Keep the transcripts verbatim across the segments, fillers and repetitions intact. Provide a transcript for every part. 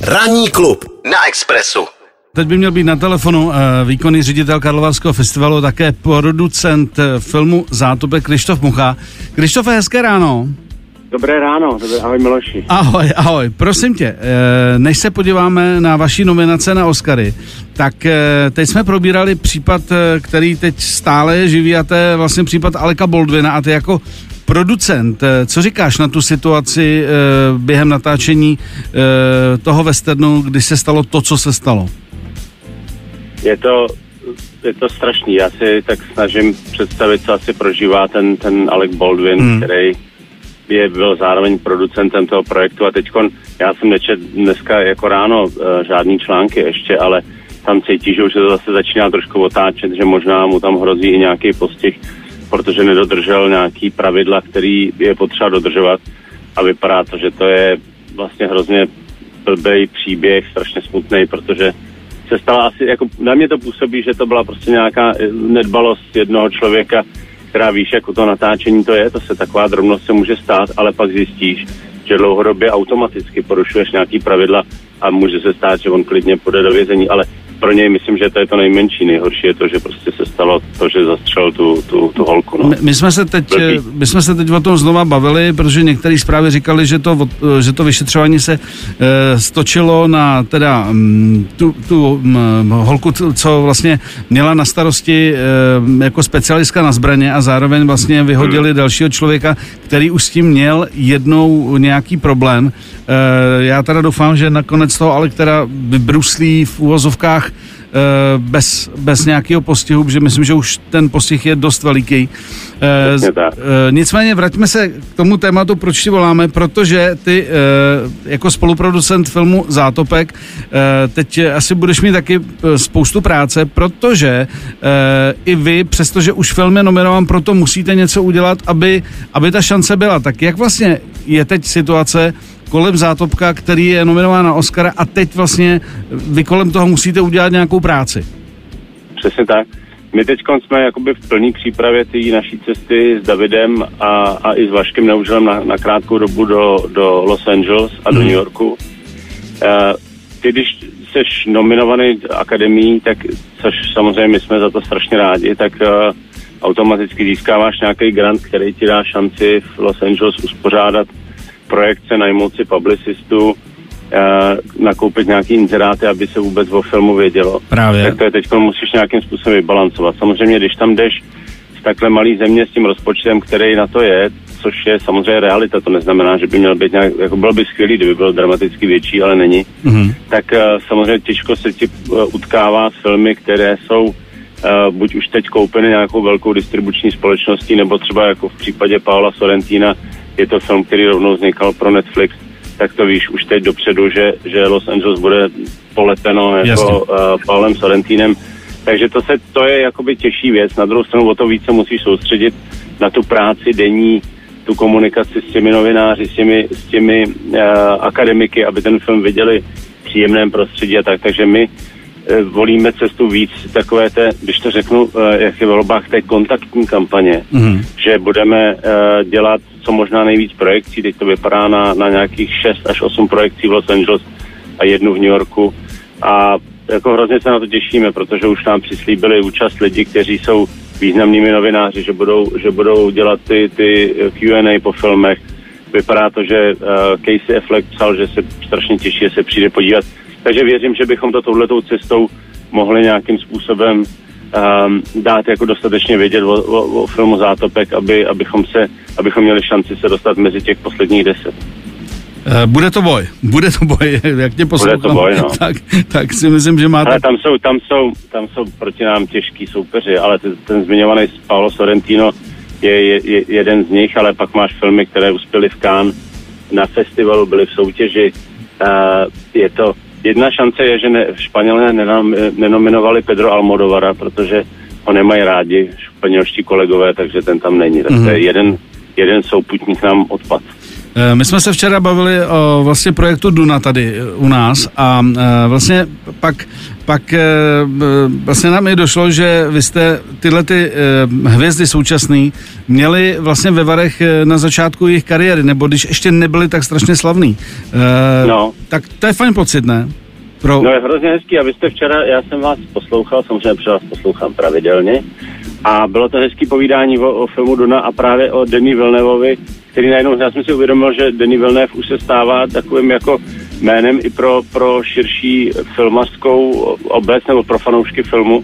Ranní klub na Expressu. Teď by měl být na telefonu výkonný ředitel Karlovarského festivalu, také producent filmu Zátopek Krištof Mucha. Krištofe, hezké ráno. Dobré ráno, dobré, ahoj Miloši. Ahoj, ahoj, prosím tě, než se podíváme na vaší nominace na Oscary, tak teď jsme probírali případ, který teď stále je živý, a to je vlastně případ Aleka Baldwina, a ty jako producent, co říkáš na tu situaci během natáčení toho westernu, kdy se stalo to, co se stalo? Je to, je to strašný, já si tak snažím představit, co asi prožívá ten, ten Alec Baldwin, hmm. který je, byl zároveň producentem toho projektu, a teďkon, já jsem nečet dneska jako ráno uh, žádný články ještě, ale tam cítí, že už se to zase začíná trošku otáčet, že možná mu tam hrozí i nějaký postih, protože nedodržel nějaký pravidla, který je potřeba dodržovat, a vypadá to, že to je vlastně hrozně blbej příběh, strašně smutný, protože se stala asi, jako na mě to působí, že to byla prostě nějaká nedbalost jednoho člověka, která víš, jako to natáčení to je, to se taková drobnost se může stát, ale pak zjistíš, že dlouhodobě automaticky porušuješ nějaký pravidla a může se stát, že on klidně půjde do vězení, ale pro něj myslím, že to je to nejmenší. Nejhorší je to, že prostě se stalo to, že zastřelil tu, tu, tu holku. No. My, my, jsme se teď, my jsme se teď o tom znova bavili, protože některé zprávy říkali, že to, že to vyšetřování se e, stočilo na teda m, tu, tu m, holku, co vlastně měla na starosti e, jako specialistka na zbraně, a zároveň vlastně vyhodili hmm. dalšího člověka, který už s tím měl jednou nějaký problém. E, já teda doufám, že nakonec toho ale která vybruslí v uvozovkách Bez, bez nějakého postihu, protože myslím, že už ten postih je dost veliký. E, nicméně vraťme se k tomu tématu, proč ti voláme, protože ty e, jako spoluproducent filmu Zátopek e, teď asi budeš mít taky spoustu práce, protože e, i vy, přestože už film je nominován, proto musíte něco udělat, aby, aby ta šance byla. Tak jak vlastně je teď situace kolem Zátopka, který je nominován na Oscara, a teď vlastně vy kolem toho musíte udělat nějakou práci? Přesně tak. My teď jsme jakoby v plný přípravě té naší cesty s Davidem a, a i s Vaškem Neužilem na, na krátkou dobu do, do Los Angeles a do mm. New Yorku. Uh, ty, když seš nominovaný akademií, tak, což samozřejmě my jsme za to strašně rádi, tak uh, automaticky získáváš nějaký grant, který ti dá šanci v Los Angeles uspořádat projekce, najmout si publicistu, uh, nakoupit nějaký inzeráty, aby se vůbec o filmu vědělo. Právě. Tak to je teď musíš nějakým způsobem vybalancovat. Samozřejmě, když tam jdeš z takhle malý země s tím rozpočtem, který na to je, což je samozřejmě realita, to neznamená, že by měl být nějak, jako bylo by skvělý, kdyby byl dramaticky větší, ale není, mm-hmm. tak uh, samozřejmě těžko se ti uh, utkává s filmy, které jsou uh, buď už teď koupeny nějakou velkou distribuční společností, nebo třeba jako v případě Paola Sorrentina, je to film, který rovnou vznikal pro Netflix, tak to víš už teď dopředu, že, že Los Angeles bude polepeno jako uh, Paulem Sorrentinem. Takže to, se, to je jakoby těžší věc. Na druhou stranu o to více musíš soustředit na tu práci denní, tu komunikaci s těmi novináři, s těmi, s těmi uh, akademiky, aby ten film viděli v příjemném prostředí a tak. Takže my uh, volíme cestu víc takové té, když to řeknu, uh, jak je v volbách té kontaktní kampaně, mm-hmm. že budeme uh, dělat co možná nejvíc projekcí, teď to vypadá na, na nějakých šest až osm projekcí v Los Angeles a jednu v New Yorku, a jako hrozně se na to těšíme, protože už nám přislíbili účast lidi, kteří jsou významnými novináři, že budou, že budou dělat ty, ty Q and A po filmech. Vypadá to, že uh, Casey Affleck psal, že se strašně těší, že se přijde podívat. Takže věřím, že bychom to touhletou cestou mohli nějakým způsobem um, dát jako dostatečně vědět o, o, o filmu Zátopek, aby, abychom, se, abychom měli šanci se dostat mezi těch posledních deset. Bude to boj, bude to boj, jak tě poslouchám, bude to boj, no. tak, tak si myslím, že máte... Ale tam jsou, tam jsou, tam jsou proti nám těžký soupeři, ale ten, ten zmiňovaný Paolo Sorrentino je, je, je jeden z nich, ale pak máš filmy, které uspěly v Cannes, na festivalu byly v soutěži. Uh, je to, jedna šance je, že ne, Španělé nenam, nenominovali Pedro Almodovara, protože ho nemají rádi španělští kolegové, takže ten tam není. Tak mm-hmm. to je jeden, jeden souputník nám odpad. My jsme se včera bavili o vlastně projektu Duna tady u nás a vlastně pak, pak vlastně nám i došlo, že vy jste tyhle ty hvězdy současný měli vlastně ve Varech na začátku jejich kariéry, nebo když ještě nebyli tak strašně slavný. No. Tak to je fajn pocit, ne? Pro... No je hrozně hezký a vy jste včera, já jsem vás poslouchal, samozřejmě protože vás poslouchám pravidelně a bylo to hezký povídání o, o filmu Duna a právě o Denis Villeneuvovi, který najednou, já jsem si uvědomil, že Denis Villeneuve už se stává takovým jako jménem i pro, pro širší filmařskou obec nebo pro fanoušky filmu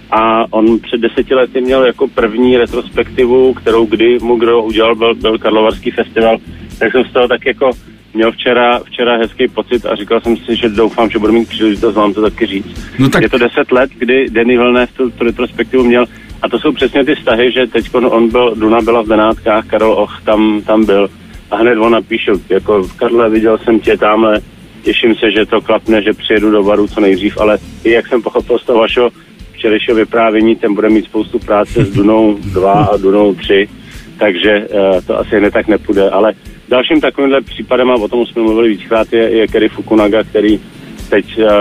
a on před deseti lety měl jako první retrospektivu, kterou kdy mu kdo udělal, byl, byl Karlovarský festival, tak jsem z toho tak jako měl včera, včera hezký pocit a říkal jsem si, že doufám, že budu mít příležitost vám to taky říct. No tak... Je to deset let, kdy Denis Villeneuve tu, tu retrospektivu měl a to jsou přesně ty vztahy, že teď on byl, Duna byla v Benátkách, Karel Och tam, tam byl a hned on napíše, jako Karle, viděl jsem tě tamhle, těším se, že to klapne, že přijedu do Varu co nejdřív, ale i jak jsem pochopil z toho vašeho včerejšího vyprávění, ten bude mít spoustu práce s Dunou dva a Dunou tři, takže uh, to asi hned tak nepůjde, ale dalším takovýmhle případem, a o tom jsme mluvili víckrát, je, je Cary Fukunaga, který teď uh,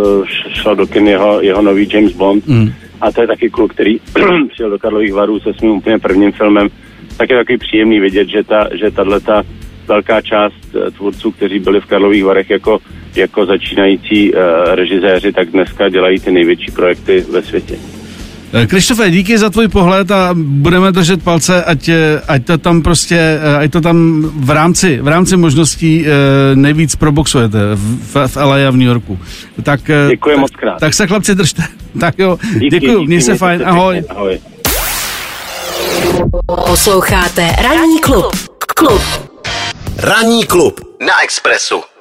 šel do kin jeho, jeho nový James Bond. Mm. A to je taky kluk, který přijel do Karlových Varů se svým úplně prvním filmem. Tak je taky příjemný vidět, že ta, že tato velká část tvůrců, kteří byli v Karlových Varech jako, jako začínající uh, režiséři, tak dneska dělají ty největší projekty ve světě. Krištofe, díky za tvůj pohled a budeme držet palce, ať, ať to tam prostě, ať to tam v rámci, v rámci možností nejvíc proboxujete v, v L A a v New Yorku. Tak, děkuji tak, moc krát. Tak se chlapci držte. Tak jo, díky, děkuji, měj se fajn, ahoj. ahoj. Posloucháte Ranní klub. Klub. Ranní klub na Expressu.